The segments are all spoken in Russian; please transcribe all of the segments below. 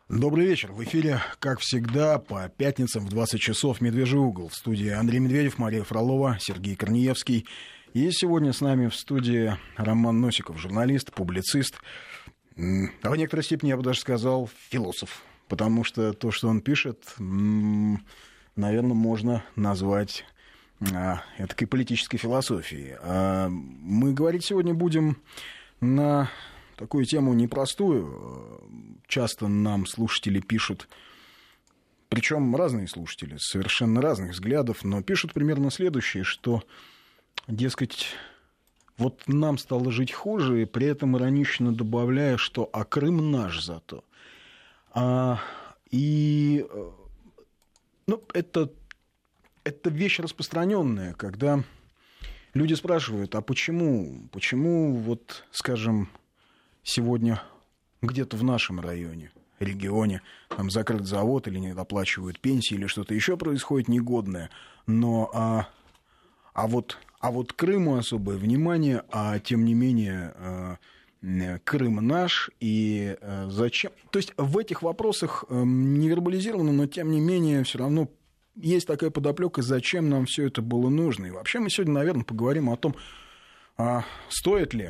Добрый вечер. В эфире, как всегда, по пятницам в 20 часов «Медвежий угол». В студии Андрей Медведев, Мария Фролова, Сергей Корнеевский. И сегодня с нами в студии Роман Носиков, журналист, публицист. А в некоторой степени, я бы даже сказал, философ. Потому что то, что он пишет, наверное, можно назвать этакой политической философией. Мы говорить сегодня будем на такую тему непростую. Часто нам слушатели пишут, причем разные слушатели, совершенно разных взглядов, но пишут примерно следующее, что, дескать, вот нам стало жить хуже, и при этом иронично добавляя, что «а Крым наш зато». Это вещь распространенная, когда люди спрашивают, а почему вот, скажем, сегодня где-то в нашем районе, регионе, там закрыт завод или не доплачивают пенсии, или что-то еще происходит негодное, но вот Крыму особое внимание, а тем не менее Крым наш, и зачем? То есть в этих вопросах не вербализировано, но тем не менее все равно есть такая подоплека, зачем нам все это было нужно. И вообще мы сегодня, наверное, поговорим о том, стоит ли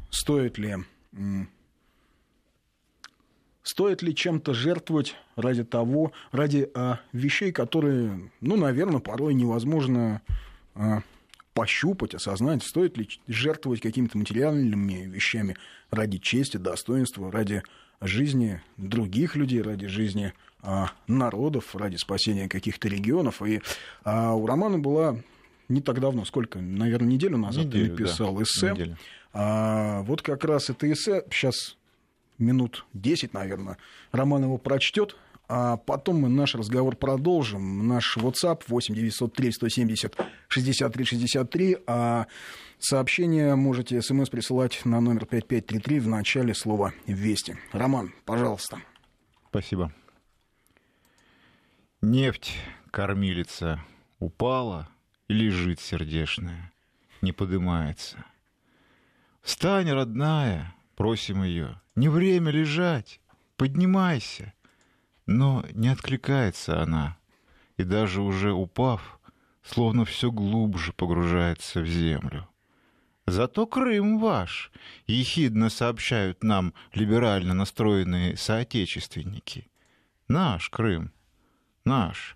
чем-то жертвовать ради вещей, которые, наверное, порой невозможно пощупать, осознать, стоит ли жертвовать какими-то материальными вещами ради чести, достоинства, ради жизни других людей, ради жизни народов, ради спасения каких-то регионов. И у Романа была не так давно, наверное, неделю назад ты написал эссе. Вот как раз это эссе, сейчас минут 10, наверное, Роман его прочтет, а потом мы наш разговор продолжим. Наш WhatsApp 8-903-170-63-63, а сообщения можете смс присылать на номер 5533 в начале слова «Вести». Роман, пожалуйста. Спасибо. Нефть, кормилица, упала и лежит сердешная, не подымается. Встань, родная, просим ее, не время лежать, поднимайся. Но не откликается она, и даже уже упав, словно все глубже погружается в землю. Зато Крым ваш, ехидно сообщают нам либерально настроенные соотечественники. Наш Крым, наш.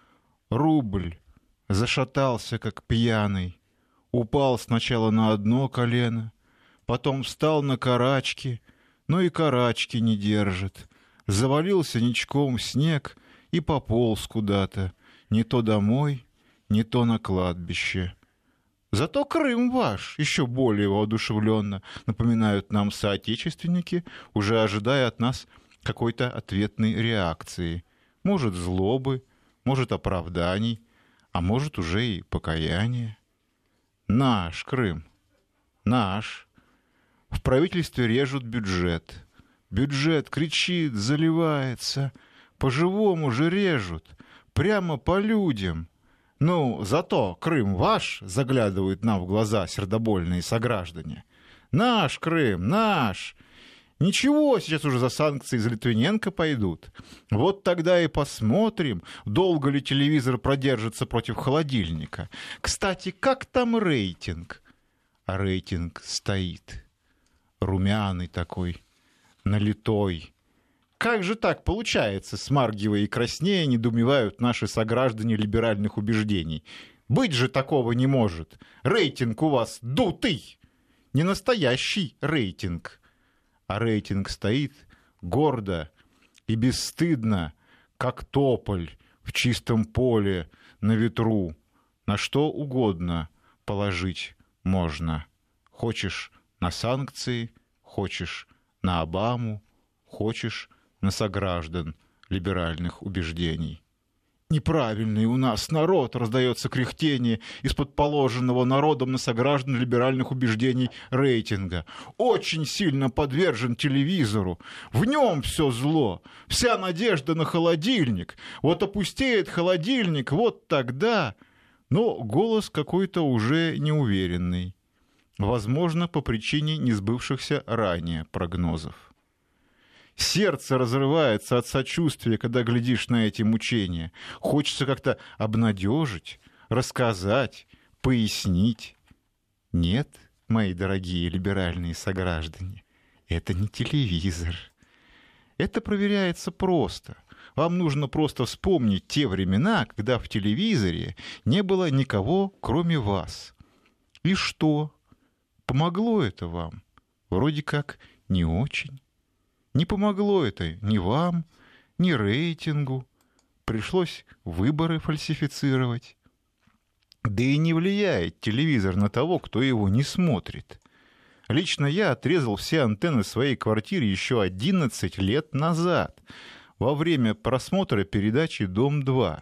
Рубль зашатался, как пьяный, упал сначала на одно колено, потом встал на карачки, но и карачки не держит. Завалился ничком в снег и пополз куда-то, не то домой, не то на кладбище. Зато Крым ваш, еще более воодушевленно напоминают нам соотечественники, уже ожидая от нас какой-то ответной реакции. Может, злобы, может, оправданий, а может, уже и покаяния. Наш Крым, наш. В правительстве режут бюджет. Бюджет кричит, заливается. По-живому же режут. Прямо по людям. Зато Крым ваш, заглядывают нам в глаза сердобольные сограждане. Наш Крым, наш. Ничего, сейчас уже за санкции из Литвиненко пойдут. Вот тогда и посмотрим, долго ли телевизор продержится против холодильника. Кстати, как там рейтинг? А рейтинг стоит. Румяный такой, налитой. Как же так получается, смаргивая и краснея, недоумевают наши сограждане либеральных убеждений. Быть же такого не может. Рейтинг у вас дутый. Не настоящий рейтинг. А рейтинг стоит гордо и бесстыдно, как тополь в чистом поле на ветру. На что угодно положить можно. Хочешь на санкции, хочешь на Обаму, хочешь на сограждан либеральных убеждений. Неправильный у нас народ, раздается кряхтение из-под положенного народом на сограждан либеральных убеждений рейтинга. Очень сильно подвержен телевизору. В нем все зло, вся надежда на холодильник. Вот опустеет холодильник, вот тогда... Но голос какой-то уже неуверенный. Возможно, по причине несбывшихся ранее прогнозов. Сердце разрывается от сочувствия, когда глядишь на эти мучения. Хочется как-то обнадежить, рассказать, пояснить. Нет, мои дорогие либеральные сограждане, это не телевизор. Это проверяется просто. Вам нужно просто вспомнить те времена, когда в телевизоре не было никого, кроме вас. И что? Помогло это вам? Вроде как не очень. Не помогло это ни вам, ни рейтингу. Пришлось выборы фальсифицировать. Да и не влияет телевизор на того, кто его не смотрит. Лично я отрезал все антенны в своей квартире еще 11 лет назад, во время просмотра передачи «Дом-2».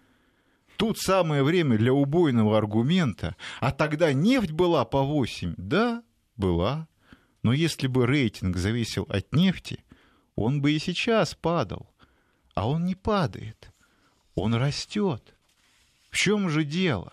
Тут самое время для убойного аргумента. А тогда нефть была по 8. Да, была. Но если бы рейтинг зависел от нефти, он бы и сейчас падал. А он не падает. Он растет. В чем же дело?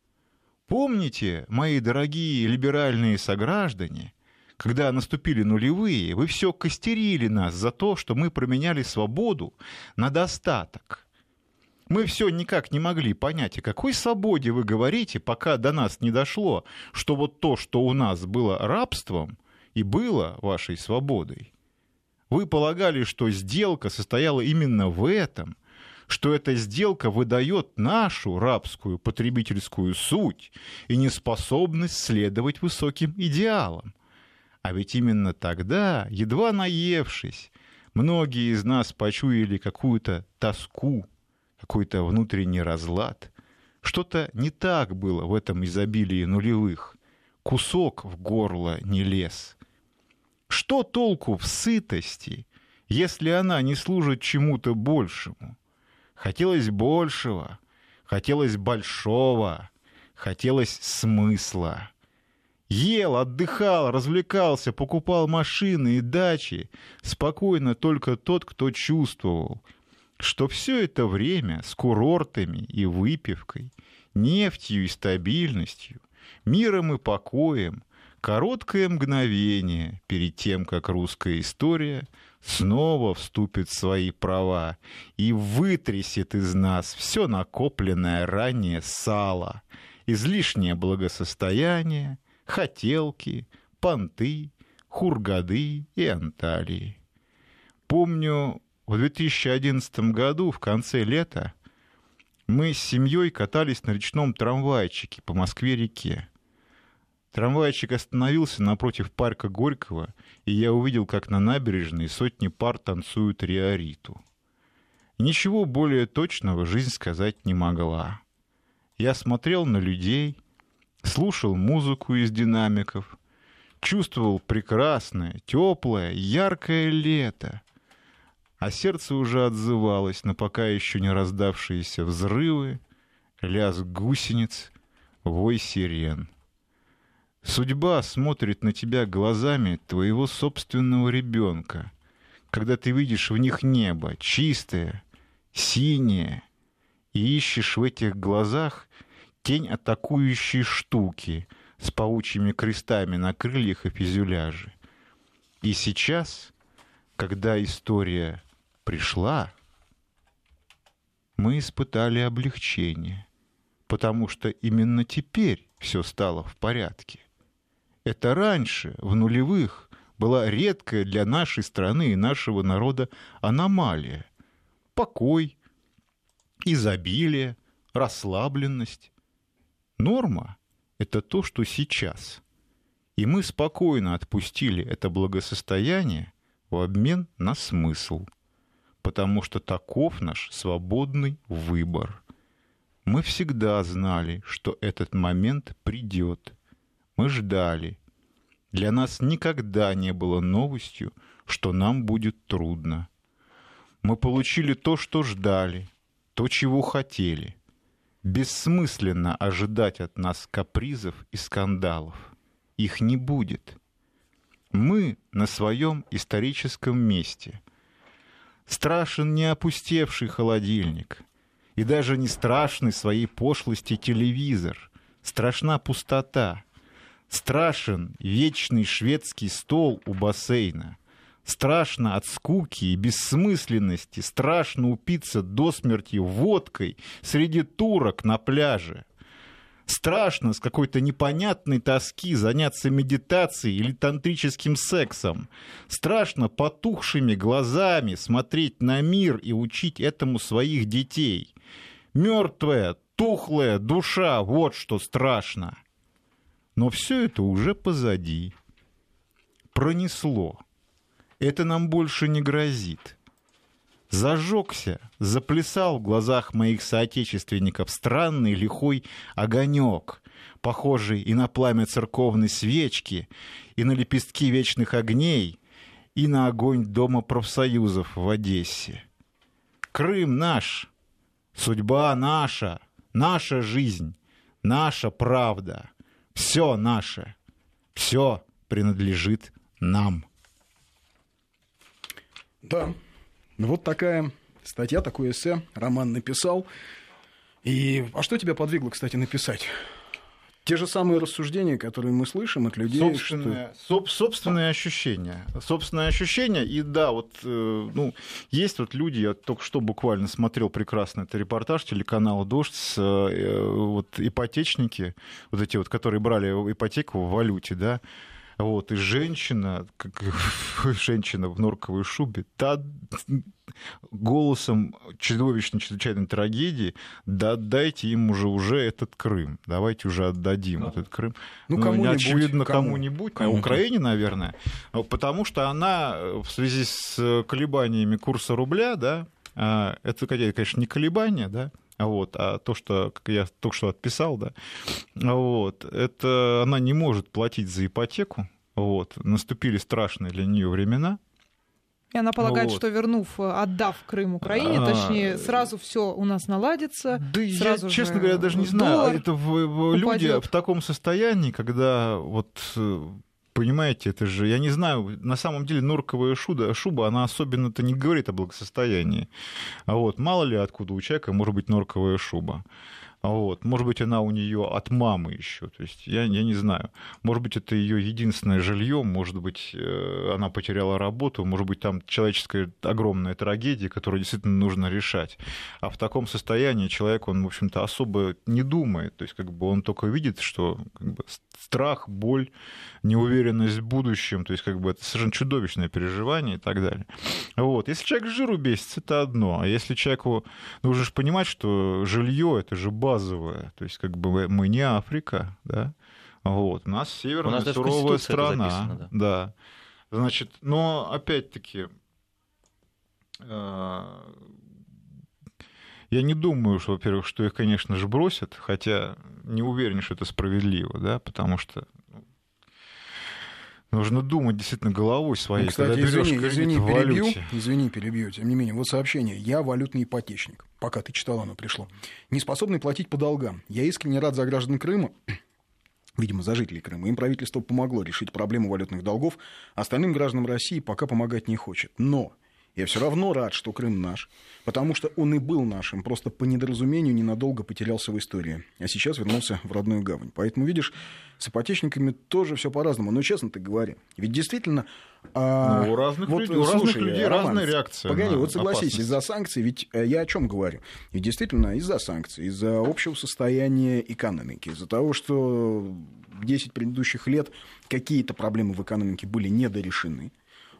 Помните, мои дорогие либеральные сограждане, когда наступили нулевые, вы все костерили нас за то, что мы променяли свободу на достаток. Мы все никак не могли понять, о какой свободе вы говорите, пока до нас не дошло, что вот то, что у нас было рабством, и было вашей свободой. Вы полагали, что сделка состояла именно в этом, что эта сделка выдает нашу рабскую потребительскую суть и неспособность следовать высоким идеалам. А ведь именно тогда, едва наевшись, многие из нас почуяли какую-то тоску, какой-то внутренний разлад. Что-то не так было в этом изобилии нулевых. Кусок в горло не лез. Что толку в сытости, если она не служит чему-то большему? Хотелось большего, хотелось большого, хотелось смысла. Ел, отдыхал, развлекался, покупал машины и дачи. Спокойно только тот, кто чувствовал, что все это время с курортами и выпивкой, нефтью и стабильностью, миром и покоем, короткое мгновение перед тем, как русская история снова вступит в свои права и вытрясет из нас все накопленное ранее сало, излишнее благосостояние, хотелки, понты, хургады и анталии. Помню, в 2011 году, в конце лета, мы с семьей катались на речном трамвайчике по Москве-реке. Трамвайчик остановился напротив парка Горького, и я увидел, как на набережной сотни пар танцуют риориту. Ничего более точного жизнь сказать не могла. Я смотрел на людей, слушал музыку из динамиков, чувствовал прекрасное, теплое, яркое лето, а сердце уже отзывалось на пока еще не раздавшиеся взрывы, лязг гусениц, вой сирен. Судьба смотрит на тебя глазами твоего собственного ребенка, когда ты видишь в них небо чистое, синее, и ищешь в этих глазах тень атакующей штуки с паучьими крестами на крыльях и фюзеляже. И сейчас, когда история пришла, мы испытали облегчение, потому что именно теперь все стало в порядке. Это раньше, в нулевых, была редкая для нашей страны и нашего народа аномалия. Покой, изобилие, расслабленность. Норма — это то, что сейчас. И мы спокойно отпустили это благосостояние в обмен на смысл, потому что таков наш свободный выбор. Мы всегда знали, что этот момент придет. Мы ждали. Для нас никогда не было новостью, что нам будет трудно. Мы получили то, что ждали, то, чего хотели. Бессмысленно ожидать от нас капризов и скандалов. Их не будет. Мы на своем историческом месте. Страшен не опустевший холодильник, и даже не страшный своей пошлости телевизор. Страшна пустота. Страшен вечный шведский стол у бассейна. Страшно от скуки и бессмысленности, страшно упиться до смерти водкой среди турок на пляже. Страшно с какой-то непонятной тоски заняться медитацией или тантрическим сексом. Страшно потухшими глазами смотреть на мир и учить этому своих детей. Мертвая, тухлая душа, вот что страшно. Но все это уже позади. Пронесло. Это нам больше не грозит. Зажегся, заплясал в глазах моих соотечественников странный лихой огонек, похожий и на пламя церковной свечки, и на лепестки вечных огней, и на огонь Дома профсоюзов в Одессе. Крым наш, судьба наша, наша жизнь, наша правда, все наше, все принадлежит нам. Да, ну вот такая статья, такое эссе Роман написал. А что тебя подвигло, кстати, написать? Те же самые рассуждения, которые мы слышим от людей. Собственные ощущения. Собственные ощущения. И да, вот есть вот люди, я только что буквально смотрел прекрасный репортаж телеканала «Дождь», ипотечники, вот эти вот, которые брали ипотеку в валюте, да. Вот, и женщина в норковой шубе, та голосом чрезвычайной трагедии: да отдайте им уже этот Крым, давайте уже отдадим этот Крым. Очевидно, кому-нибудь, на Украине, наверное, потому что она в связи с колебаниями курса рубля, да, это, конечно, не колебания, да, а то, что я только что отписал, да, это она не может платить за ипотеку, наступили страшные для нее времена. И она полагает, что отдав Крым Украине, точнее, сразу все у нас наладится. Да я, честно говоря, даже не знаю, это люди в таком состоянии, когда понимаете, это же, я не знаю, на самом деле норковая шуба, она особенно-то не говорит о благосостоянии. Мало ли откуда у человека может быть норковая шуба. Может быть, она у нее от мамы еще. То есть я не знаю. Может быть, это ее единственное жилье, может быть, она потеряла работу, может быть, там человеческая огромная трагедия, которую действительно нужно решать. А в таком состоянии человек, он, в общем-то, особо не думает. То есть он только видит, что страх, боль, неуверенность в будущем, то есть это совершенно чудовищное переживание и так далее. Если человек с жиру бесится, это одно. А если человеку нужно же понимать, что жилье это же базовое, то есть мы не Африка, да, у нас северная суровая страна, записано, да. Значит, но опять-таки я не думаю, что, во-первых, что их, конечно же, бросят, хотя не уверен, что это справедливо, да, потому что нужно думать действительно головой своей, кстати, когда берёшь кредит в валюте. перебью, тем не менее. Сообщение. Я валютный ипотечник. Пока ты читал, оно пришло. Не способный платить по долгам. Я искренне рад за граждан Крыма, видимо, за жителей Крыма. Им правительство помогло решить проблему валютных долгов. Остальным гражданам России пока помогать не хочет. Но я все равно рад, что Крым наш, потому что он и был нашим, просто по недоразумению ненадолго потерялся в истории, а сейчас вернулся в родную гавань. Поэтому, видишь, с ипотечниками тоже все по-разному. Но честно ты говори, ведь действительно... у разных людей разная реакция. Погоди, согласись, из-за санкций, ведь я о чем говорю? Ведь действительно из-за санкций, из-за общего состояния экономики, из-за того, что 10 предыдущих лет какие-то проблемы в экономике были недорешены,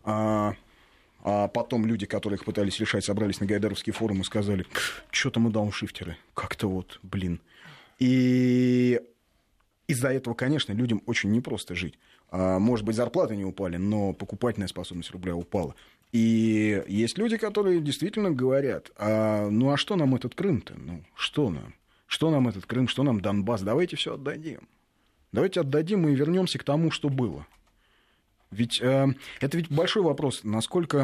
а потом люди, которые их пытались решать, собрались на Гайдаровский форум и сказали: что-то мы дауншифтеры, как-то И из-за этого, конечно, людям очень непросто жить. Может быть, зарплаты не упали, но покупательная способность рубля упала. И есть люди, которые действительно говорят: а что нам этот Крым-то? Что нам? Что нам этот Крым, что нам Донбасс? Давайте все отдадим. Давайте отдадим и вернемся к тому, что было. Ведь это большой вопрос, насколько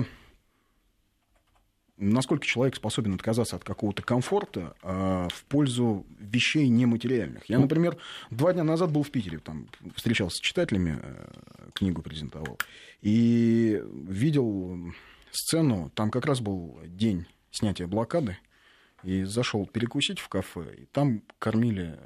человек способен отказаться от какого-то комфорта в пользу вещей нематериальных. Я, например, 2 дня назад был в Питере, там встречался с читателями, книгу презентовал, и видел сцену, там как раз был день снятия блокады, и зашел перекусить в кафе, и там кормили,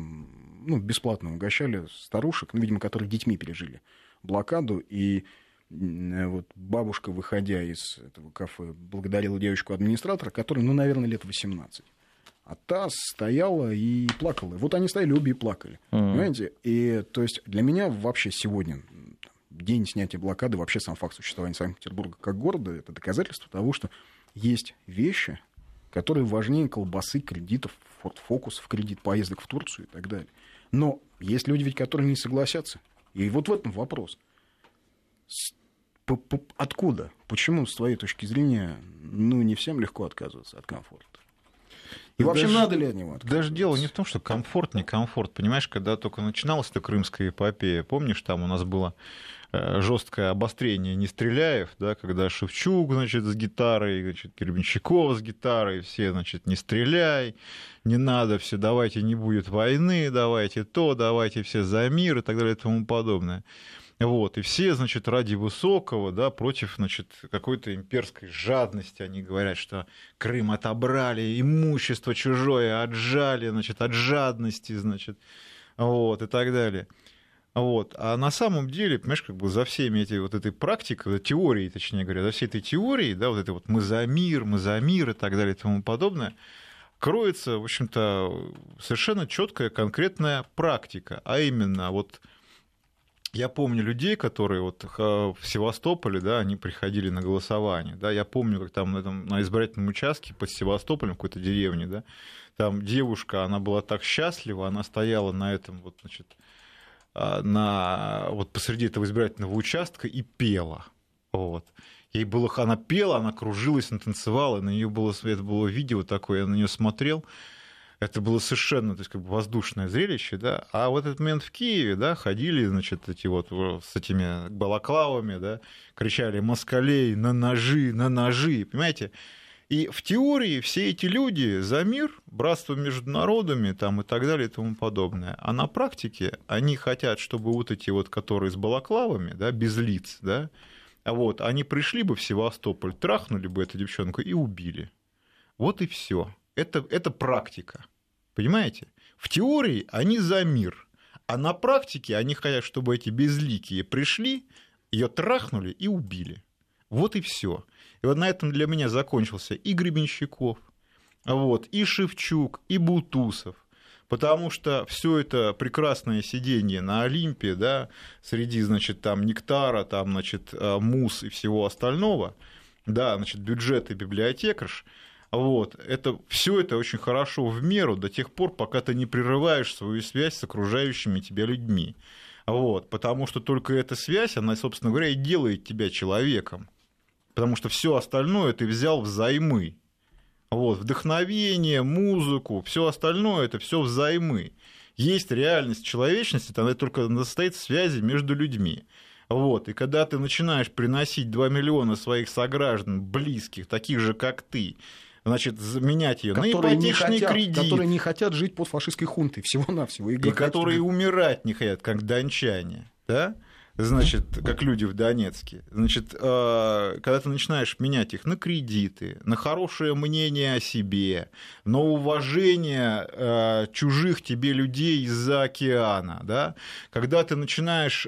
бесплатно угощали старушек, видимо, которые детьми пережили блокаду, и вот бабушка, выходя из этого кафе, благодарила девочку-администратора, которой, наверное, лет 18. А та стояла и плакала. Вот они стояли обе и плакали. Понимаете? И то есть для меня вообще сегодня день снятия блокады, вообще сам факт существования Санкт-Петербурга как города, это доказательство того, что есть вещи, которые важнее колбасы, кредитов, фокусов, кредит, поездок в Турцию и так далее. Но есть люди, ведь, которые не согласятся. И вот в этом вопрос. Откуда? Почему, с твоей точки зрения, не всем легко отказываться от комфорта? И вообще надо ли от него отказываться? Даже дело не в том, что комфорт, не комфорт. Понимаешь, когда только начиналась эта крымская эпопея, помнишь, там у нас было жесткое обострение Нестреляев, да, когда Шевчук, значит, с гитарой, значит, Гребенщиков с гитарой, все, значит, не стреляй, не надо, все, давайте не будет войны, давайте то, давайте все за мир и так далее и тому подобное. Вот, и все, значит, ради высокого, да, против, значит, какой-то имперской жадности. Они говорят, что Крым отобрали, имущество чужое отжали, значит, от жадности, значит, вот, и так далее. Вот. А на самом деле, понимаешь, как бы за всеми этой практикой, теорией, точнее говоря, за всей этой теорией, да, вот это вот мы за мир и так далее и тому подобное, кроется, в общем-то, совершенно четкая, конкретная практика, а именно вот я помню людей, которые вот в Севастополе, да, они приходили на голосование, да, я помню, как там на избирательном участке под Севастополем, в какой-то деревне, да, там девушка, она была так счастлива, она стояла на этом вот, значит, вот посреди этого избирательного участка и пела, вот. Она пела, она кружилась, она танцевала, на нее это было видео такое, я на нее смотрел. Это было совершенно, то есть, как бы воздушное зрелище, да. А в этот момент в Киеве, да, ходили, значит, эти вот с этими балаклавами, да, кричали «москалей, на ножи», понимаете? И в теории все эти люди за мир, братство между народами там, и так далее и тому подобное. А на практике они хотят, чтобы вот эти вот, которые с балаклавами, да, без лиц, да, вот, они пришли бы в Севастополь, трахнули бы эту девчонку и убили. Вот и все. Это практика. Понимаете? В теории они за мир, а на практике они хотят, чтобы эти безликие пришли, ее трахнули и убили. Вот и все. И вот на этом для меня закончился и Гребенщиков, вот, и Шевчук, и Бутусов. Потому что все это прекрасное сидение на Олимпе, да, среди, значит, там нектара, там, значит, мус и всего остального, да, значит, бюджет и библиотекарш, вот, все это очень хорошо в меру до тех пор, пока ты не прерываешь свою связь с окружающими тебя людьми. Вот, потому что только эта связь, она, собственно говоря, и делает тебя человеком. Потому что все остальное ты взял взаймы. Вот, вдохновение, музыку, все остальное это все взаймы. Есть реальность человечности, она только состоит в связи между людьми. Вот, и когда ты начинаешь приносить 2 миллиона своих сограждан, близких, таких же, как ты, значит, заменять ее на ипотечный кредит. Которые не хотят жить под фашистской хунтой, всего-навсего. И которые умирать не хотят, как дончане, да? Значит, как люди в Донецке. Значит, когда ты начинаешь менять их на кредиты, на хорошее мнение о себе, на уважение чужих тебе людей из-за океана, да? Когда ты начинаешь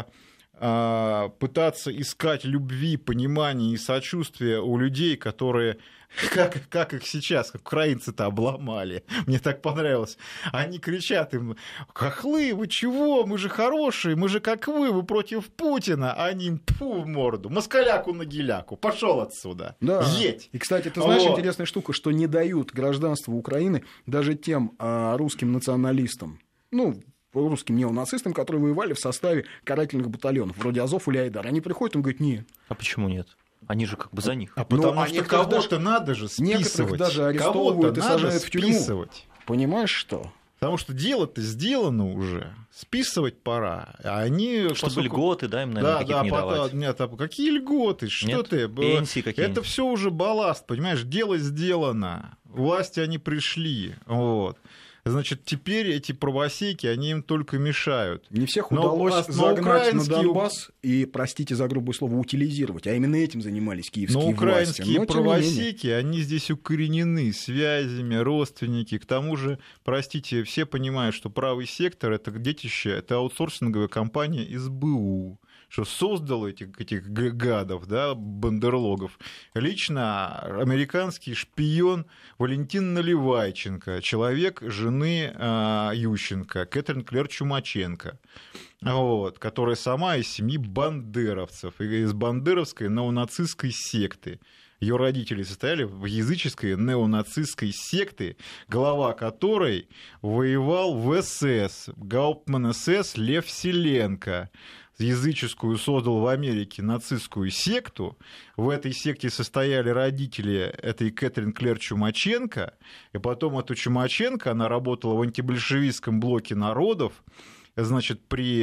пытаться искать любви, понимания и сочувствия у людей, которые, как их сейчас, как украинцы-то обломали, мне так понравилось, они кричат им: хохлы, вы чего, мы же хорошие, мы же как вы против Путина, а они им тьфу в морду, москаляку на геляку, пошел отсюда, да. Едь. И, кстати, ты знаешь, интересная штука, что не дают гражданство Украины даже тем русским националистам, русским неонацистам, которые воевали в составе карательных батальонов, вроде Азов или Айдар. Они приходят, он говорит: нет. А почему нет? Они же как бы за них. Потому что кого-то надо же списывать. Некоторых даже арестовывают и сажают в тюрьму. Понимаешь, что? Потому что дело-то сделано уже. Списывать пора. А они... Чтобы льготы, да, им, наверное, какие-то не давать. Нет, какие льготы? Что нет? ты? Пенсии какие-нибудь. Это все уже балласт, понимаешь? Дело сделано. Власти они пришли. Вот. Значит, теперь эти правосеки, они им только мешают. Не всех удалось загнать на Донбасс и, простите за грубое слово, утилизировать. А именно этим занимались киевские власти. Но украинские правосеки, они здесь укоренены связями, родственники. К тому же, простите, все понимают, что правый сектор — это детище, это аутсорсинговая компания СБУ. что создал этих гадов, да, бандерлогов, лично американский шпион Валентин Наливайченко, человек жены Ющенко, Кэтрин Клэр Чумаченко, вот, которая сама из семьи бандеровцев, из бандеровской неонацистской секты. Ее родители состояли в языческой неонацистской секте, глава которой воевал в СС, гауптман СС Лев Селенко. Языческую создал в Америке нацистскую секту. В этой секте состояли родители этой Кэтрин Клэр Чумаченко. И потом эту Чумаченко, она работала в антибольшевистском блоке народов, значит, при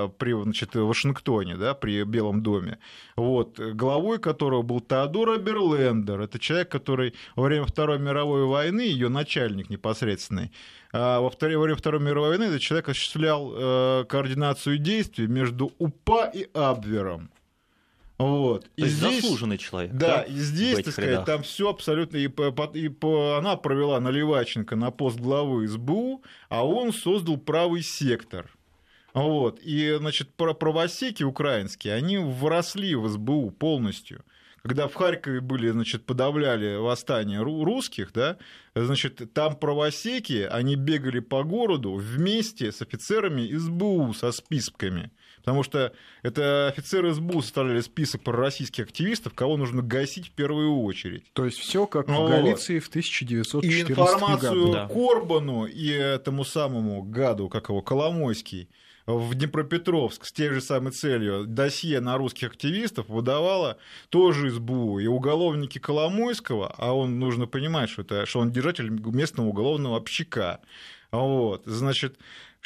Вашингтоне, да, при Белом доме, вот, главой которого был Теодор Оберлендер. Это человек, который во время Второй мировой войны, ее начальник непосредственный, во время Второй мировой войны этот человек осуществлял координацию действий между УПА и Абвером. Вот. То есть здесь заслуженный человек. Да, и здесь, так сказать, рядах. Там все абсолютно. Она провела Наливайченко на пост главы СБУ, а он создал правый сектор. Вот. И, значит, правосеки украинские, они вросли в СБУ полностью. Когда в Харькове были, значит, подавляли восстание русских, да, значит, там правосеки, они бегали по городу вместе с офицерами СБУ, со списками. Потому что это офицеры СБУ составляли список пророссийских активистов, кого нужно гасить в первую очередь. То есть все как в Галиции в 1914 году. И информацию Корбану и этому самому гаду, как его, Коломойский, в Днепропетровск с той же самой целью досье на русских активистов выдавала тоже СБУ. И уголовники Коломойского, а он, нужно понимать, что он держатель местного уголовного общака, вот, значит,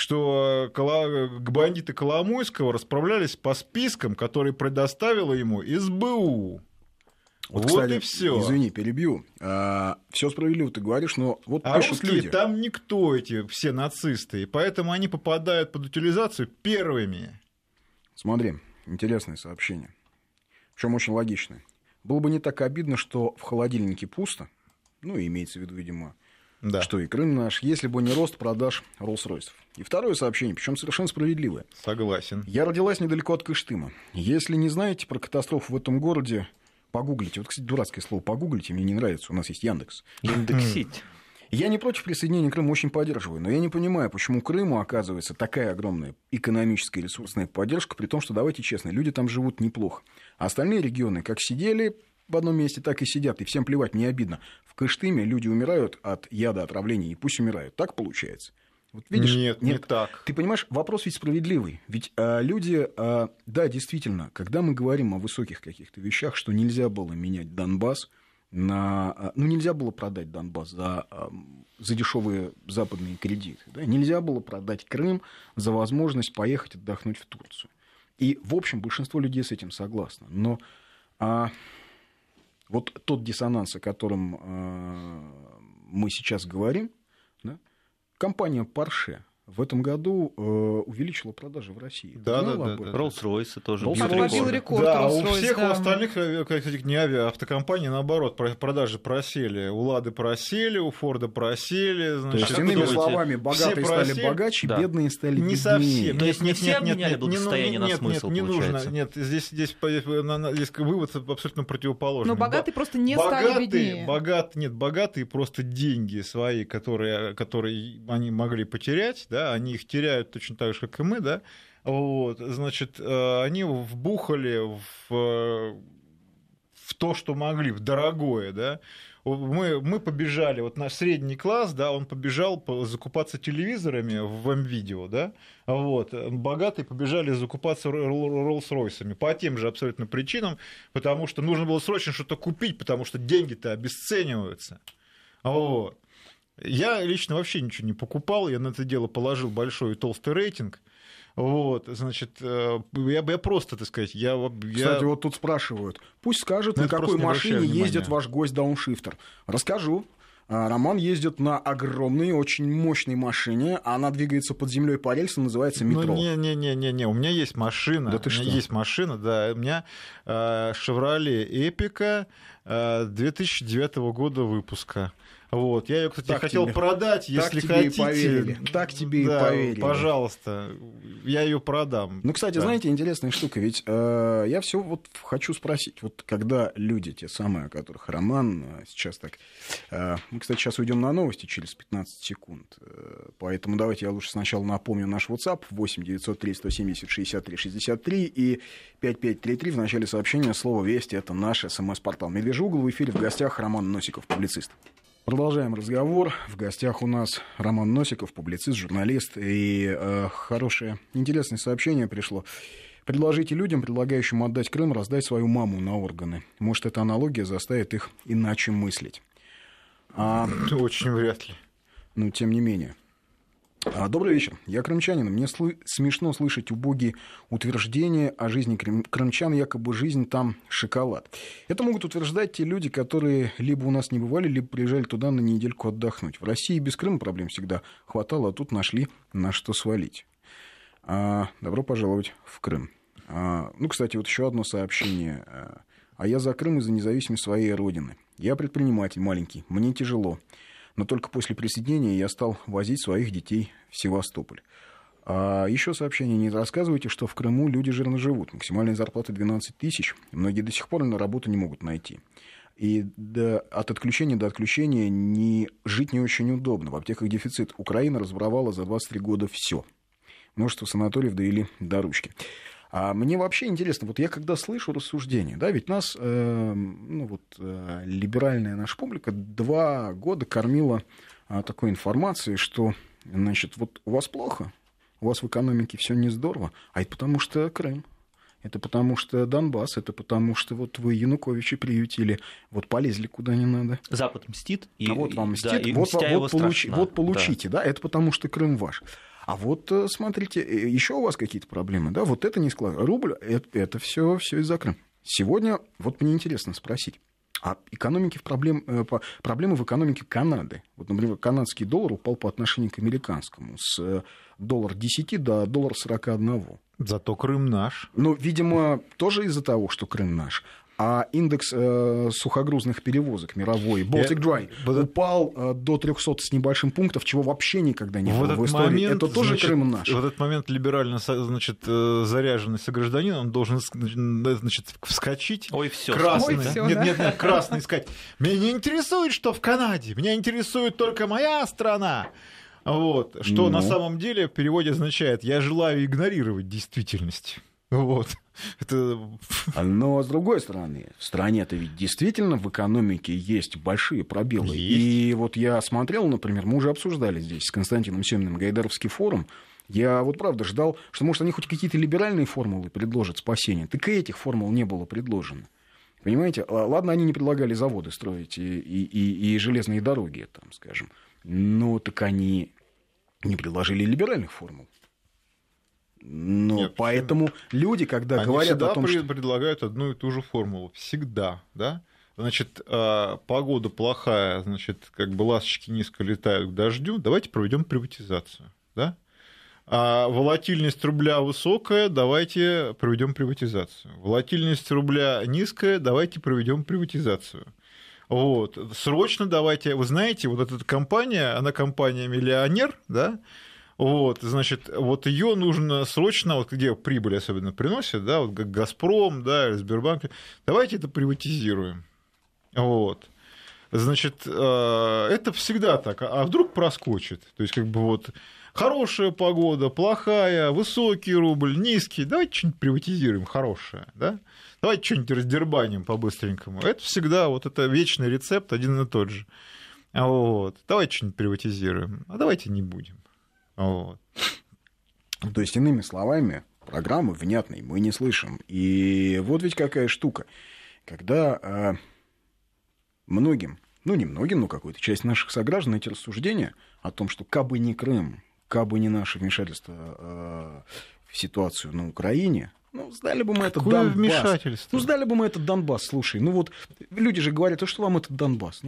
что бандиты Коломойского расправлялись по спискам, которые предоставила ему СБУ. Вот, кстати, и все. Извини, перебью. Все справедливо ты говоришь, но вот пишут русские люди. Там никто, эти все нацисты, и поэтому они попадают под утилизацию первыми. Смотри, интересное сообщение. Причем очень логичное. Было бы не так обидно, что в холодильнике пусто, ну, имеется в виду, видимо, да, что и Крым наш, если бы не рост продаж Роллс-Ройсов. И второе сообщение, причем совершенно справедливое. Согласен. Я родилась недалеко от Кыштыма. Если не знаете про катастрофу в этом городе, погуглите. Вот, кстати, дурацкое слово «погуглите» мне не нравится. У нас есть Яндекс. Индексить. Я не против присоединения Крыма, очень поддерживаю. Но я не понимаю, почему Крыму оказывается такая огромная экономическая и ресурсная поддержка, при том, что, давайте честно, люди там живут неплохо. А остальные регионы как сидели в одном месте, так и сидят. И всем плевать, мне обидно. В Кыштыме люди умирают от яда отравления, и пусть умирают. Так получается? Вот видишь, нет, не так. Ты понимаешь, вопрос ведь справедливый. Ведь люди, да, действительно, когда мы говорим о высоких каких-то вещах, что нельзя было менять Донбасс на... Ну, нельзя было продать Донбасс за дешевые западные кредиты. Да? Нельзя было продать Крым за возможность поехать отдохнуть в Турцию. И, в общем, большинство людей с этим согласно. Но вот тот диссонанс, о котором мы сейчас говорим, да, компания Porsche в этом году увеличила продажи в России. Да. Роллс-Ройсы тоже. Побил рекорд. Да, у всех у остальных, кстати, не авиакомпаний, наоборот, продажи просели. У Лады просели, у Форда просели. Значит, то есть, иными словами, богатые стали богаче, да, бедные стали беднее. Не совсем. То есть не все обменяли благосостояние на смысл, не получается? Нужно. Нет, здесь вывод абсолютно противоположный. Но богатые просто не стали беднее. Богатые просто деньги свои, которые они могли потерять, да, они их теряют точно так же, как и мы, да, вот, значит, они вбухали в то, что могли, в дорогое, да. Мы побежали, вот наш средний класс, да, он побежал закупаться телевизорами в М-видео, да, вот, богатые побежали закупаться Роллс-Ройсами по тем же абсолютно причинам, потому что нужно было срочно что-то купить, потому что деньги-то обесцениваются, вот. Я лично вообще ничего не покупал, я на это дело положил большой и толстый рейтинг. Вот, значит, я просто, так сказать, Кстати, вот тут спрашивают, пусть скажет, на какой машине ездит ваш гость дауншифтер. Расскажу. Роман ездит на огромной, очень мощной машине. Она двигается под землей по рельсам, называется метро. Не, у меня есть машина. Да ты что? Есть машина, да. У меня Chevrolet Epica 2009 года выпуска. Вот. Я ее, кстати, хотел продать, если хотите. Так тебе и поверили. Пожалуйста, я ее продам. Ну, кстати, знаете, интересная штука, ведь я все вот хочу спросить, вот когда люди, те самые, о которых Роман сейчас так... Мы, кстати, сейчас уйдем на новости через 15 секунд, поэтому давайте я лучше сначала напомню наш WhatsApp 8 903 170 63 63 и 5533 в начале сообщения слово «Вести» — это наш СМС-портал. «Медвежий угол», в эфире, в гостях Роман Носиков, публицист. Продолжаем разговор. В гостях у нас Роман Носиков, публицист, журналист. И хорошее, интересное сообщение пришло. Предложите людям, предлагающим отдать Крым, раздать свою маму на органы. Может, эта аналогия заставит их иначе мыслить. Очень вряд ли. Но тем не менее. Добрый вечер. Я крымчанин. Мне смешно слышать убогие утверждения о жизни крымчан, якобы жизнь там шоколад. Это могут утверждать те люди, которые либо у нас не бывали, либо приезжали туда на недельку отдохнуть. В России без Крыма проблем всегда хватало, а тут нашли на что свалить. Добро пожаловать в Крым. Кстати, вот еще одно сообщение. А я за Крым и за независимость своей родины. Я предприниматель маленький, мне тяжело. Но только после присоединения я стал возить своих детей в Севастополь. Еще сообщение. Не рассказывайте, что в Крыму люди жирно живут. Максимальная зарплата 12 тысяч. Многие до сих пор на работу не могут найти. И от отключения до отключения жить не очень удобно. В аптеках дефицит. Украина разворовала за 23 года все. Множество санаториев довели до ручки. Мне вообще интересно, вот я когда слышу рассуждения, да, ведь нас, либеральная наша публика 2 года кормила такой информацией, что, значит, вот у вас плохо, у вас в экономике все не здорово, а это потому что Крым, это потому что Донбасс, это потому что вот вы Януковича приютили, вот полезли куда не надо. Запад мстит. Вот вам мстит, да, вот получите, да, это потому что Крым ваш. А вот смотрите, еще у вас какие-то проблемы, да? Вот это не складывается. Рубль это все из-за Крыма. Сегодня вот мне интересно спросить, а проблемы в экономике Канады. Вот, например, канадский доллар упал по отношению к американскому с $10 до $41. Зато Крым наш. Ну, видимо, тоже из-за того, что Крым наш. А индекс сухогрузных перевозок мировой, Baltic Dry, упал до 300 с небольшим пунктов, чего вообще никогда не было в истории. Момент, это тоже Крым наш. В этот момент либерально, значит, заряженный согражданин, он должен, значит, вскочить. Ой, все. Красный. Ой, всё, нет, красный сказать. Меня не интересует, что в Канаде. Меня интересует только моя страна. Вот. Что на самом деле в переводе означает: я желаю игнорировать действительность. Вот. Но, с другой стороны, в стране-то ведь действительно в экономике есть большие пробелы. Есть. И вот я смотрел, например, мы уже обсуждали здесь с Константином Семиным Гайдаровский форум. Я вот правда ждал, что, может, они хоть какие-то либеральные формулы предложат спасения. Так и этих формул не было предложено. Понимаете? Ладно, они не предлагали заводы строить и железные дороги, там, скажем. Но так они не предложили либеральных формул. Поэтому люди, когда они говорят о том, что... предлагают одну и ту же формулу. Всегда, да? Значит, погода плохая, значит, как бы ласточки низко летают к дождю, давайте проведем приватизацию, да? А волатильность рубля высокая, давайте проведем приватизацию. Волатильность рубля низкая, давайте проведем приватизацию. Вот. Срочно давайте... Вы знаете, вот эта компания, она компания-миллионер, да? Вот, значит, вот ее нужно срочно, вот где прибыль особенно приносит, да, вот как «Газпром», да, или Сбербанк, давайте это приватизируем. Вот. Значит, это всегда так. А вдруг проскочит? То есть, как бы вот хорошая погода, плохая, высокий рубль, низкий, давайте что-нибудь приватизируем хорошее, да? Давайте что-нибудь раздербаним по-быстренькому. Это всегда вот это вечный рецепт, один и тот же. Вот. Давайте что-нибудь приватизируем, а давайте не будем. Вот. То есть, иными словами, программы внятной мы не слышим. И вот ведь какая штука. Когда многим, не многим, но какой-то часть наших сограждан эти рассуждения о том, что кабы не Крым, кабы не наше вмешательство в ситуацию на Украине, сдали бы мы этот Донбасс. Вмешательство? Сдали бы мы этот Донбасс, слушай. Вот люди же говорят, а что вам этот Донбасс?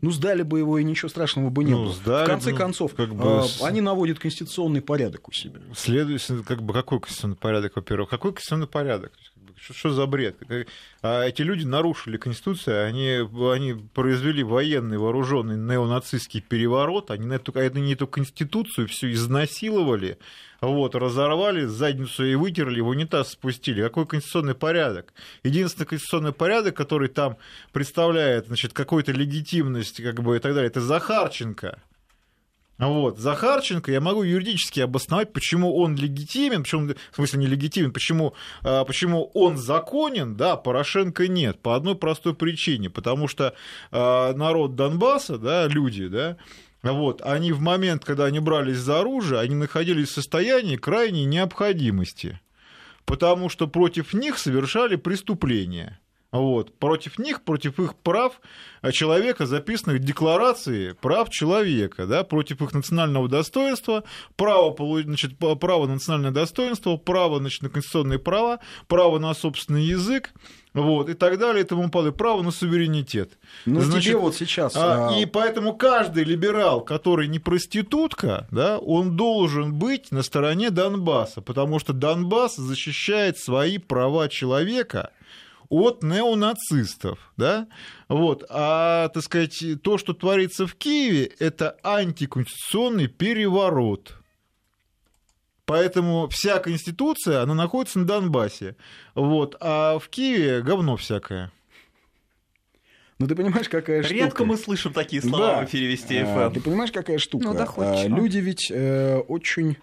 сдали бы его, и ничего страшного бы не было. Сдали, в конце концов, они наводят конституционный порядок у себя. Следовательно, какой конституционный порядок, во-первых? Какой конституционный порядок? Что за бред? Эти люди нарушили Конституцию, они произвели военный вооруженный неонацистский переворот, они эту Конституцию всю изнасиловали, разорвали задницу и вытерли, в унитаз спустили. Какой конституционный порядок? Единственный конституционный порядок, который там представляет, какую-то легитимность, и так далее, это Захарченко. Захарченко, я могу юридически обосновать, почему он легитимен, в смысле не легитимен, почему он законен, да, Порошенко нет, по одной простой причине, потому что народ Донбасса, да, люди, да, они в момент, когда они брались за оружие, они находились в состоянии крайней необходимости, потому что против них совершали преступления. Против них, против их прав человека, записанных в Декларации прав человека, да, против их национального достоинства, право на национальное достоинство, право на конституционные права, право на собственный язык, и так далее, и тому подобное, право на суверенитет. Тебе сейчас... И поэтому каждый либерал, который не проститутка, да, он должен быть на стороне Донбасса, потому что Донбасс защищает свои права человека от неонацистов, да, то, что творится в Киеве, это антиконституционный переворот. Поэтому вся Конституция, она находится на Донбассе, а в Киеве говно всякое. Ты понимаешь, какая штука? Редко мы слышим такие слова в эфире Вести ФМ. Ты понимаешь, какая штука? Люди ведь очень...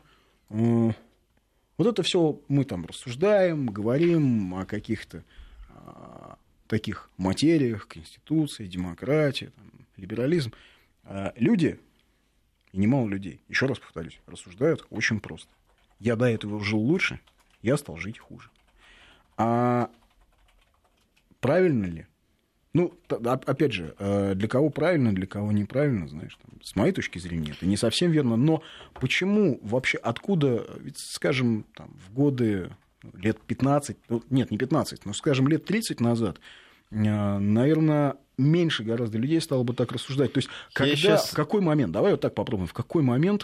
это все мы там рассуждаем, говорим о каких-то таких материях, конституции, демократии, либерализм. Люди, и немало людей, еще раз повторюсь, рассуждают очень просто. Я до этого жил лучше, я стал жить хуже. А правильно ли? Опять же, для кого правильно, для кого неправильно, знаешь, с моей точки зрения, это не совсем верно. Но почему вообще, откуда, ведь, скажем, в годы... лет 15, нет, не 15, но, скажем, лет 30 назад, наверное, меньше гораздо людей стало бы так рассуждать. То есть, в какой момент, давай так попробуем, в какой момент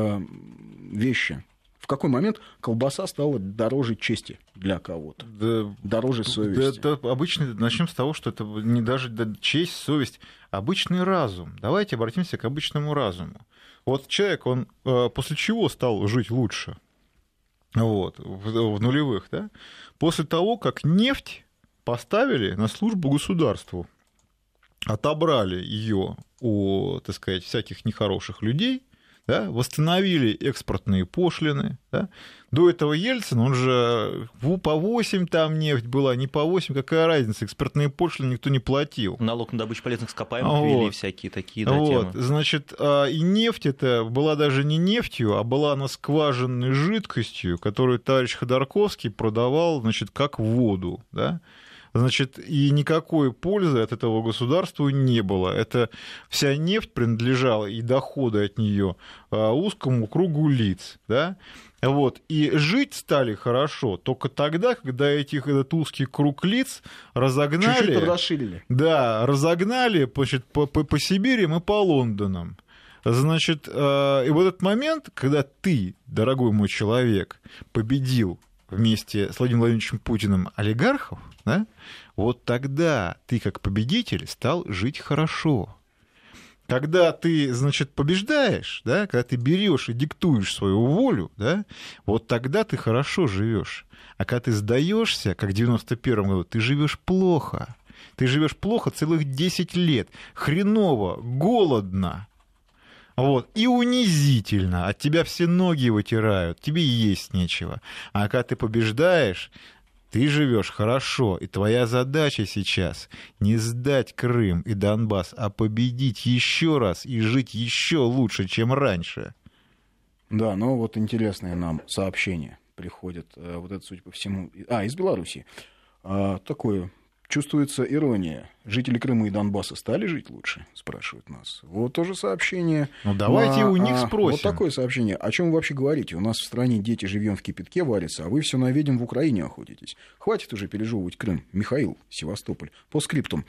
в какой момент колбаса стала дороже чести для кого-то, дороже совести? Обычно начнем с того, что это не даже честь, совесть, обычный разум. Давайте обратимся к обычному разуму. Человек, он после чего стал жить лучше? В нулевых, да? После того, как нефть поставили на службу государству, отобрали ее у, всяких нехороших людей, да, восстановили экспортные пошлины. Да. До этого Ельцин, он же по 8 там нефть была, не по 8, какая разница, экспортные пошлины никто не платил. Налог на добычу полезных ископаемых ввели всякие такие темы. И нефть это была даже не нефтью, а была она скважинной жидкостью, которую товарищ Ходорковский продавал, как воду, да. И никакой пользы от этого государству не было. Это вся нефть принадлежала, и доходы от нее узкому кругу лиц. Да? И жить стали хорошо только тогда, когда этот узкий круг лиц разогнали... Чуть-чуть расширили. Да, разогнали по Сибирям и по Лондонам. И в этот момент, когда ты, дорогой мой человек, победил вместе с Владимиром Владимировичем Путиным олигархов, да, тогда ты, как победитель, стал жить хорошо. Когда ты, побеждаешь, да, когда ты берешь и диктуешь свою волю, да, тогда ты хорошо живешь. А когда ты сдаешься, как в 91 году, ты живешь плохо. Ты живешь плохо целых 10 лет. Хреново, голодно. И унизительно. От тебя все ноги вытирают, тебе есть нечего. А когда ты побеждаешь, ты живешь хорошо. И твоя задача сейчас не сдать Крым и Донбасс, а победить еще раз и жить еще лучше, чем раньше. Да, интересное нам сообщение приходит. Это, судя по всему... из Беларуси. Такое... Чувствуется ирония. Жители Крыма и Донбасса стали жить лучше? Спрашивают нас. Тоже сообщение. Давайте у них спросим. Такое сообщение. О чем вы вообще говорите? У нас в стране дети живьем в кипятке варятся, а вы все на ведьм в Украине охотитесь. Хватит уже пережевывать Крым. Михаил, Севастополь. По скриптум.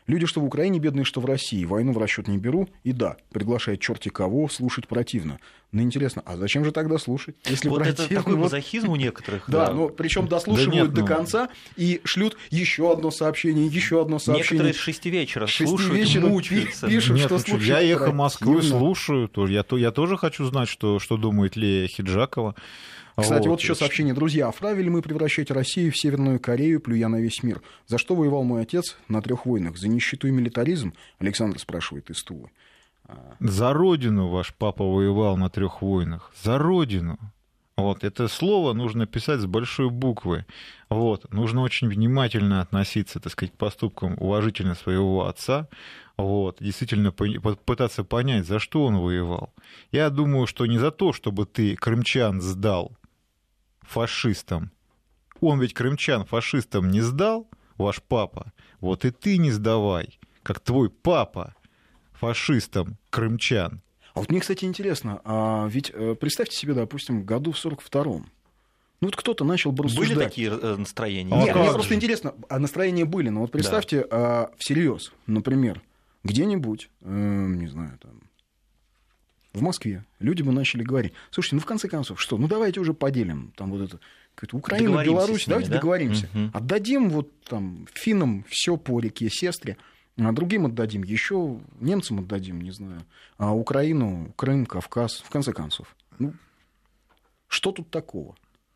Люди, что в Украине бедные, что в России. Войну в расчет не беру. И да, приглашает черти кого, слушать противно. Но интересно, а зачем же тогда слушать? Если вот противно, это такой мазохизм у некоторых. Да, но причем дослушивают до конца и шлют еще одно сообщение. Некоторые с 6 вечера слушают, мучаются. Пишут, нет, что слушают. Я «Эхо Москвы» слушаю. Я тоже хочу знать, что думает Лея Хиджакова. Кстати, вот еще сообщение. Друзья, а вправе ли мы превращать Россию в Северную Корею, плюя на весь мир? За что воевал мой отец на 3 войнах? За нищету и милитаризм? Александр спрашивает из Тулы. За родину ваш папа воевал на 3 войнах. За родину. Вот, это слово нужно писать с большой буквы. Вот, нужно очень внимательно относиться, так сказать, к поступкам уважительно своего отца. Вот, действительно пытаться понять, за что он воевал. Я думаю, что не за то, чтобы ты крымчан сдал фашистам. Он ведь крымчан фашистам не сдал, ваш папа. Вот и ты не сдавай, как твой папа, фашистам крымчан. А вот мне, кстати, интересно, ведь представьте себе, допустим, году в 42-м. Ну вот кто-то начал бы рассуждать. Были такие настроения? Нет, мне просто интересно, а настроения были, но вот представьте всерьез, например, где-нибудь, не знаю, там, в Москве люди бы начали говорить: слушайте, ну в конце концов, что, ну давайте уже поделим там вот это, Украину, Беларусь, давайте договоримся. Отдадим вот там финнам все по реке Сестре, а другим отдадим, еще немцам отдадим, не знаю, а Украину, Крым, Кавказ, в конце концов. Ну, что тут такого?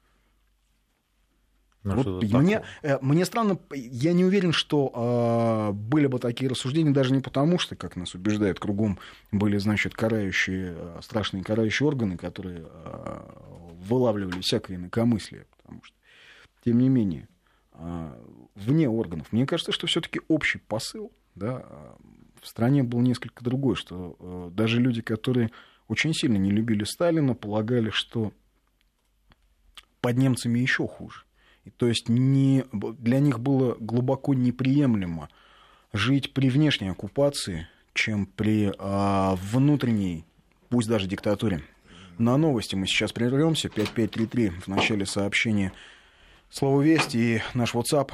Вот мне странно, я не уверен, что были бы такие рассуждения, даже не потому, что, как нас убеждают, кругом были, значит, страшные карающие органы, которые вылавливали всякое инакомыслие, потому что, тем не менее, вне органов, мне кажется, что все-таки общий посыл, да, в стране был несколько другой, что даже люди, которые очень сильно не любили Сталина, полагали, что под немцами еще хуже. И, то есть для них было глубоко неприемлемо жить при внешней оккупации, чем при внутренней, пусть даже диктатуре. На новости мы сейчас прервемся. 5533 в начале сообщения слово «Весть» и наш WhatsApp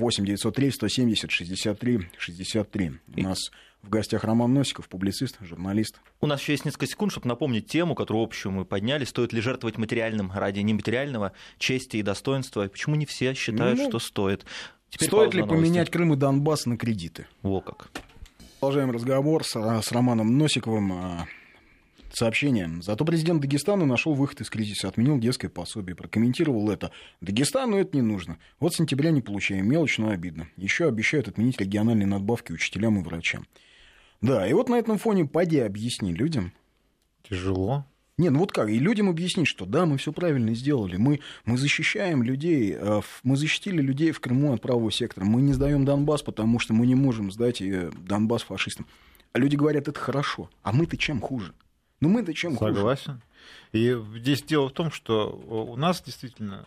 8-903-170-63-63. У нас в гостях Роман Носиков, публицист, журналист. У нас еще есть несколько секунд, чтобы напомнить тему, которую общую мы подняли. Стоит ли жертвовать материальным ради нематериального, чести и достоинства? Почему не все считают, что стоит? Теперь стоит ли поменять Крым и Донбасс на кредиты? Во как. Продолжаем разговор с Романом Носиковым. Сообщение. Зато президент Дагестана нашел выход из кризиса, отменил детское пособие, прокомментировал это. Дагестану это не нужно. Вот с сентября не получаем, мелочь, но обидно. Еще обещают отменить региональные надбавки учителям и врачам. Да, и вот на этом фоне поди объясни людям. Тяжело. Не, ну вот как, и людям объяснить, что да, мы все правильно сделали, мы защищаем людей, мы защитили людей в Крыму от правого сектора, мы не сдаем Донбасс, потому что мы не можем сдать Донбасс фашистам. А люди говорят, это хорошо, а мы-то чем хуже? Ну мы-то чем хуже? Согласен. И здесь дело в том, что у нас действительно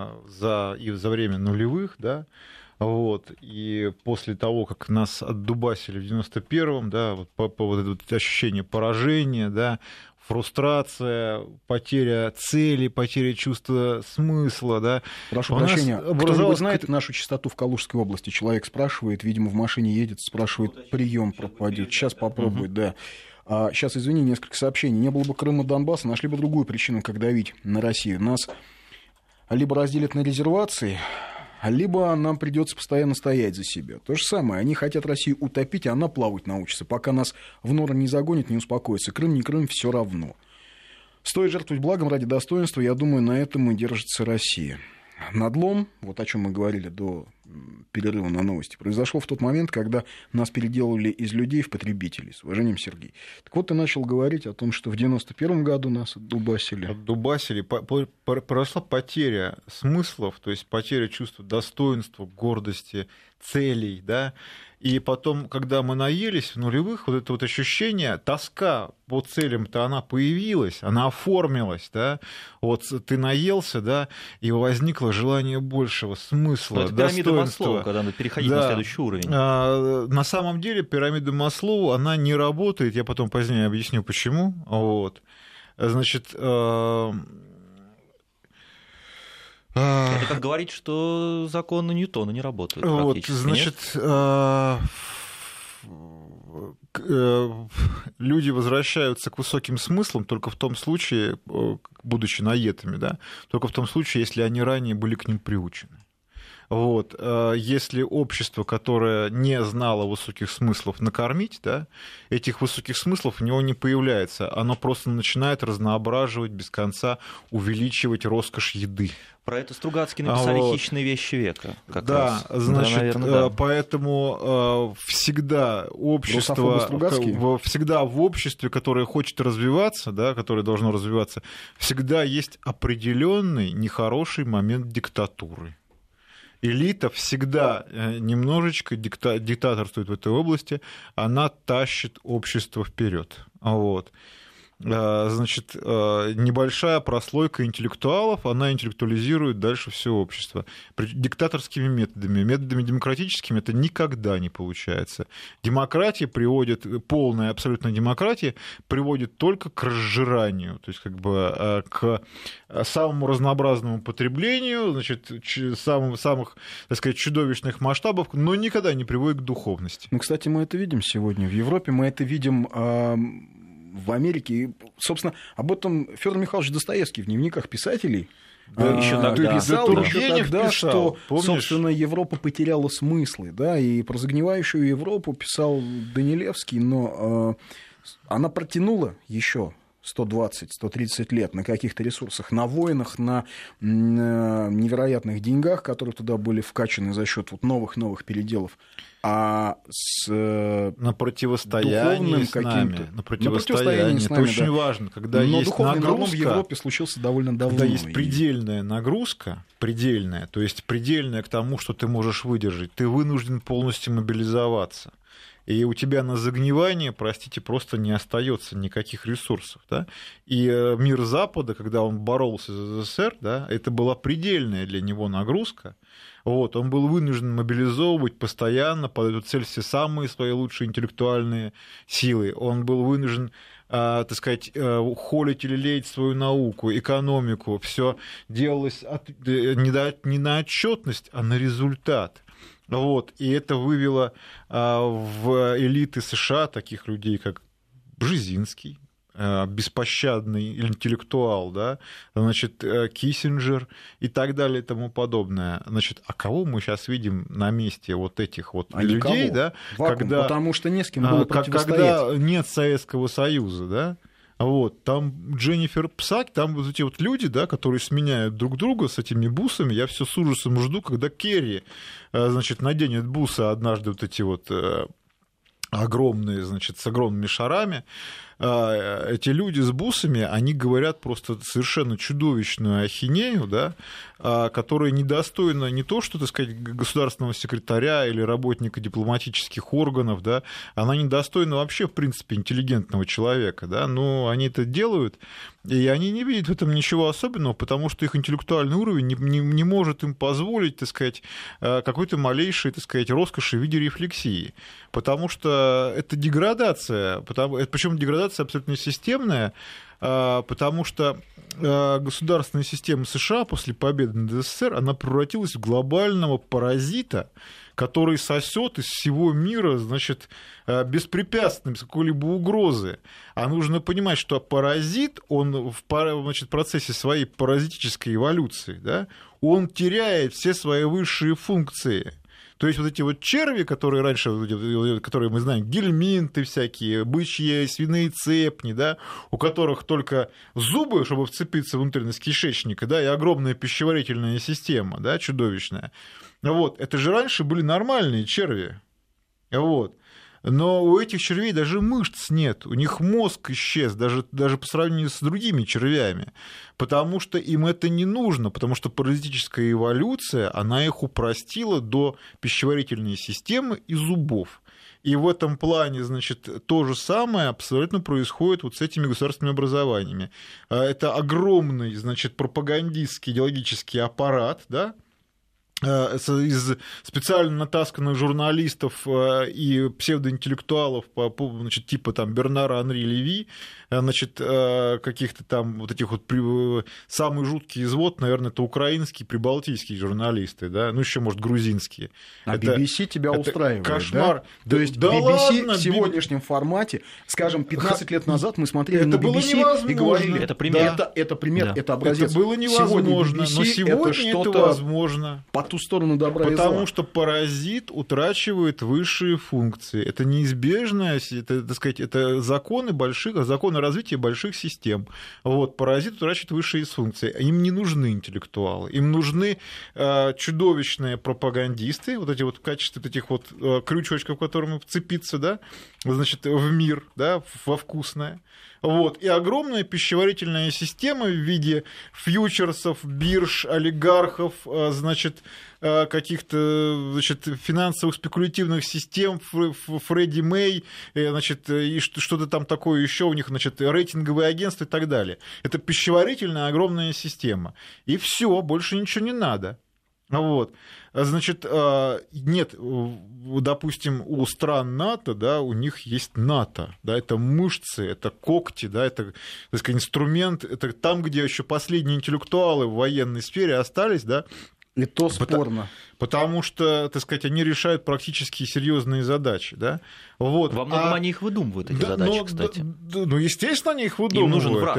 за время нулевых, да, вот, и после того, как нас отдубасили в 91-м, да, вот по вот это вот ощущение поражения, да, фрустрация, потеря цели, потеря чувства смысла, да. Прошу прощения, кто-нибудь знает нашу частоту в Калужской области? Человек спрашивает, видимо, в машине едет, спрашивает, прием пропадет. Сейчас попробует, да. Сейчас, извини, несколько сообщений. Не было бы Крыма, Донбасса, нашли бы другую причину, как давить на Россию. Нас либо разделят на резервации, либо нам придется постоянно стоять за себя. То же самое. Они хотят Россию утопить, а она плавать научится. Пока нас в норы не загонит, не успокоится. Крым, не Крым, все равно. Стоит жертвовать благом ради достоинства. Я думаю, на этом и держится Россия. Надлом, вот о чем мы говорили до перерыва на новости, произошел в тот момент, когда нас переделали из людей в потребителей. С уважением, Сергей. Так вот, ты начал говорить о том, что в 91 году нас отдубасили. Отдубасили. Произошла потеря смыслов, то есть потеря чувства достоинства, гордости, целей, да. И потом, когда мы наелись в нулевых, вот это вот ощущение, тоска по целям-то она появилась, она оформилась, да, вот ты наелся, да, и возникло желание большего смысла, это пирамида Маслоу, когда надо переходить на следующий уровень. На самом деле пирамида Маслоу, она не работает, я потом позднее объясню, почему, вот, значит... Это как говорить, что законы Ньютона не работают. Вот, значит, люди возвращаются к высоким смыслам только в том случае, будучи наетами, да, только в том случае, если они ранее были к ним приучены. Вот. Если общество, которое не знало высоких смыслов, накормить, да, этих высоких смыслов у него не появляется. Оно просто начинает разноображивать без конца, увеличивать роскошь еды. Про это Стругацкий написали «Хищные вещи века». Как да, раз. Значит, да, наверное, да. Поэтому всегда общество, всегда в обществе, которое хочет развиваться, да, которое должно развиваться, всегда есть определенный нехороший момент диктатуры. Элита всегда немножечко диктаторствует в этой области, она тащит общество вперед. Вот. Значит, небольшая прослойка интеллектуалов, она интеллектуализирует дальше все общество. Диктаторскими методами, методами демократическими это никогда не получается. Демократия приводит, полная абсолютная демократия приводит только к разжиранию, то есть как бы к самому разнообразному потреблению, значит, самых, так сказать, чудовищных масштабов, но никогда не приводит к духовности. Ну, кстати, мы это видим сегодня в Европе, мы это видим в Америке. И, собственно, об этом Фёдор Михайлович Достоевский в дневниках писателей еще тогда писал, что, помнишь? Собственно, Европа потеряла смыслы, да, и про загнивающую Европу писал Данилевский, но она протянула еще 120-130 лет на каких-то ресурсах, на войнах, на невероятных деньгах, которые туда были вкачаны за счет вот новых переделов, а на противостоянии с нами. На противостоянии с нами, это очень важно, когда но есть нагрузка. В Европе случился довольно давно. Когда есть предельная нагрузка, то есть предельная к тому, что ты можешь выдержать, ты вынужден полностью мобилизоваться. И у тебя на загнивание, простите, просто не остается никаких ресурсов. Да? И мир Запада, когда он боролся за СССР, да, это была предельная для него нагрузка. Вот, он был вынужден мобилизовывать постоянно под эту цель все самые свои лучшие интеллектуальные силы. Он был вынужден, так сказать, холить или леять свою науку, экономику. Все делалось не на отчетность, а на результат. Вот, и это вывело в элиты США таких людей, как Бжезинский, беспощадный интеллектуал, да, значит, Киссинджер и так далее и тому подобное. Значит, а кого мы сейчас видим на месте вот этих вот людей, да, когда, потому что не с кем было противостоять. Когда нет Советского Союза, да, вот, там Дженнифер Псак, там вот эти вот люди, да, которые сменяют друг друга с этими бусами. Я все с ужасом жду, когда Керри, значит, наденет бусы однажды вот эти вот огромные, значит, с огромными шарами. Эти люди с бусами, они говорят просто совершенно чудовищную ахинею, да, которая недостойна не то, что, так сказать, государственного секретаря или работника дипломатических органов, да, она недостойна вообще, в принципе, интеллигентного человека, да, но они это делают, и они не видят в этом ничего особенного, потому что их интеллектуальный уровень не может им позволить, так сказать, какой-то малейшей, так сказать, роскоши в виде рефлексии, потому что это деградация, причем деградация абсолютно системная, потому что государственная система США после победы над СССР, она превратилась в глобального паразита, который сосет из всего мира, значит, беспрепятственно, без какой-либо угрозы. А нужно понимать, что паразит, он в процессе своей паразитической эволюции, да, он теряет все свои высшие функции. То есть вот эти вот черви, которые раньше, которые мы знаем, гельминты всякие, бычьи, свиные цепни, да, у которых только зубы, чтобы вцепиться в внутренность кишечника, да, и огромная пищеварительная система, да, чудовищная. Вот, это же раньше были нормальные черви. Вот. Но у этих червей даже мышц нет, у них мозг исчез, даже по сравнению с другими червями, потому что им это не нужно, потому что паразитическая эволюция, она их упростила до пищеварительной системы и зубов. И в этом плане, значит, то же самое абсолютно происходит вот с этими государственными образованиями. Это огромный, значит, пропагандистский идеологический аппарат, да, из специально натасканных журналистов и псевдоинтеллектуалов, значит, типа там Бернара Анри Леви, значит, каких-то там вот этих вот самый жуткий извод, наверное, это украинские, прибалтийские журналисты, да, ну еще, может, грузинские. А это, BBC тебя устраивает, кошмар. Да? То есть да BBC ладно, в сегодняшнем формате, скажем, 15 лет назад мы смотрели это на BBC и говорили, это пример, это пример, да. это образец. Это было невозможно, сегодня BBC но сегодня это возможно. По ту сторону добра и зла. Потому что паразит утрачивает высшие функции. Это неизбежно, это, так сказать, это законы развития больших систем. Вот, паразит утрачивает высшие функции. Им не нужны интеллектуалы, им нужны чудовищные пропагандисты, вот эти вот в качестве этих вот крючочков, в которым вцепиться, да, значит, в мир, да, во вкусное. Вот. И огромная пищеварительная система в виде фьючерсов, бирж, олигархов, значит, каких-то, значит, финансовых спекулятивных систем, Фредди Мэй, значит, и что-то там такое еще у них, значит, рейтинговые агентства и так далее. Это пищеварительная огромная система. И все, больше ничего не надо. Вот. Значит, нет, допустим, у стран НАТО, да, у них есть НАТО, да, это мышцы, это когти, да, это, так сказать, инструмент, это там, где еще последние интеллектуалы в военной сфере остались, да. И то спорно. Потому что, так сказать, они решают практически серьезные задачи, да. Вот. Во многом они их выдумывают, эти задачи, кстати. Ну, естественно, они их выдумывают. Им нужен враг,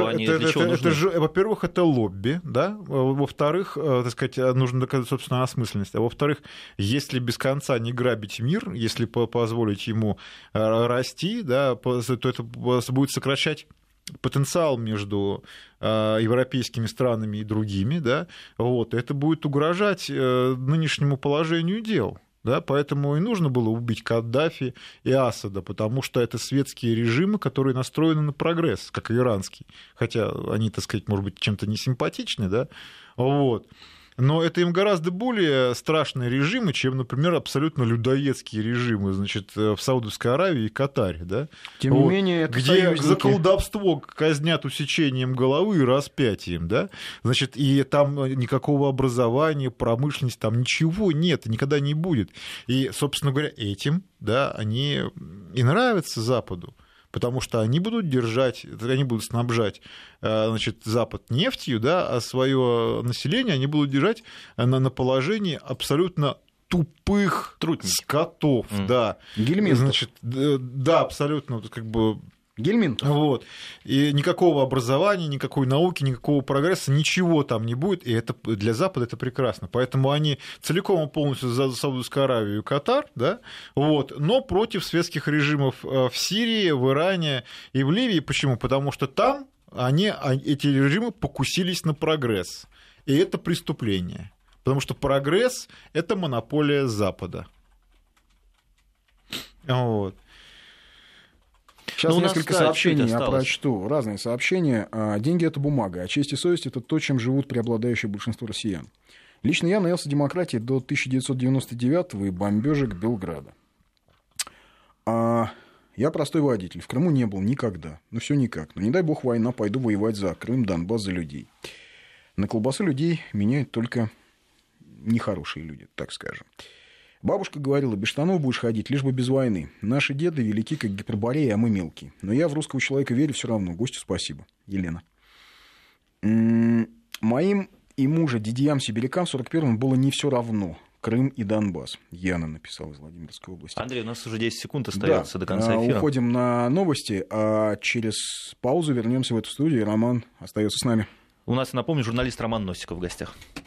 это же, во-первых, это лобби, да. Во-вторых, так сказать, нужно доказать собственную осмысленность. А во-вторых, если без конца не грабить мир, если позволить ему расти, да, то это будет сокращать потенциал между европейскими странами и другими, да, вот, это будет угрожать нынешнему положению дел. Да, поэтому и нужно было убить Каддафи и Асада, потому что это светские режимы, которые настроены на прогресс, как и иранский. Хотя они, так сказать, может быть, чем-то несимпатичны, да, вот. Но это им гораздо более страшные режимы, чем, например, абсолютно людоедские режимы, значит, в Саудовской Аравии и Катаре, да? Тем не менее, это где союзники. За колдовство казнят усечением головы и распятием, да? Значит, и там никакого образования, промышленности, там ничего нет, никогда не будет. И, собственно говоря, этим, да, они и нравятся Западу. Потому что они будут снабжать, значит, Запад нефтью, да, а свое население они будут держать на положении абсолютно тупых скотов, да. Гельминтов. Значит, да, абсолютно, как бы... Гельминтов. Вот. И никакого образования, никакой науки, никакого прогресса, ничего там не будет, и это для Запада это прекрасно. Поэтому они целиком и полностью за Саудовскую Аравию и Катар, да, вот, но против светских режимов в Сирии, в Иране и в Ливии. Почему? Потому что там эти режимы покусились на прогресс, и это преступление. Потому что прогресс – это монополия Запада. Вот. Сейчас несколько сообщений я прочту. Разные сообщения. Деньги – это бумага, а честь и совесть – это то, чем живут преобладающее большинство россиян. Лично я наелся демократии до 1999-го и бомбежек Белграда. Я простой водитель. В Крыму не был никогда. Ну, все никак. Но не дай бог война, пойду воевать за Крым, Донбасс, за людей. На колбасу людей меняют только нехорошие люди, так скажем. Бабушка говорила, без штанов будешь ходить, лишь бы без войны. Наши деды велики, как Гиперборея, а мы мелкие. Но я в русского человека верю все равно. Гостю спасибо. Елена. Моим и мужа дядям-сибирякам в 41-м было не все равно. Крым и Донбасс. Яна написала из Владимирской области. Андрей, у нас уже 10 секунд остается до конца эфира. Уходим на новости, а через паузу вернемся в эту студию, и Роман остается с нами. У нас, напомню, журналист Роман Носиков в гостях.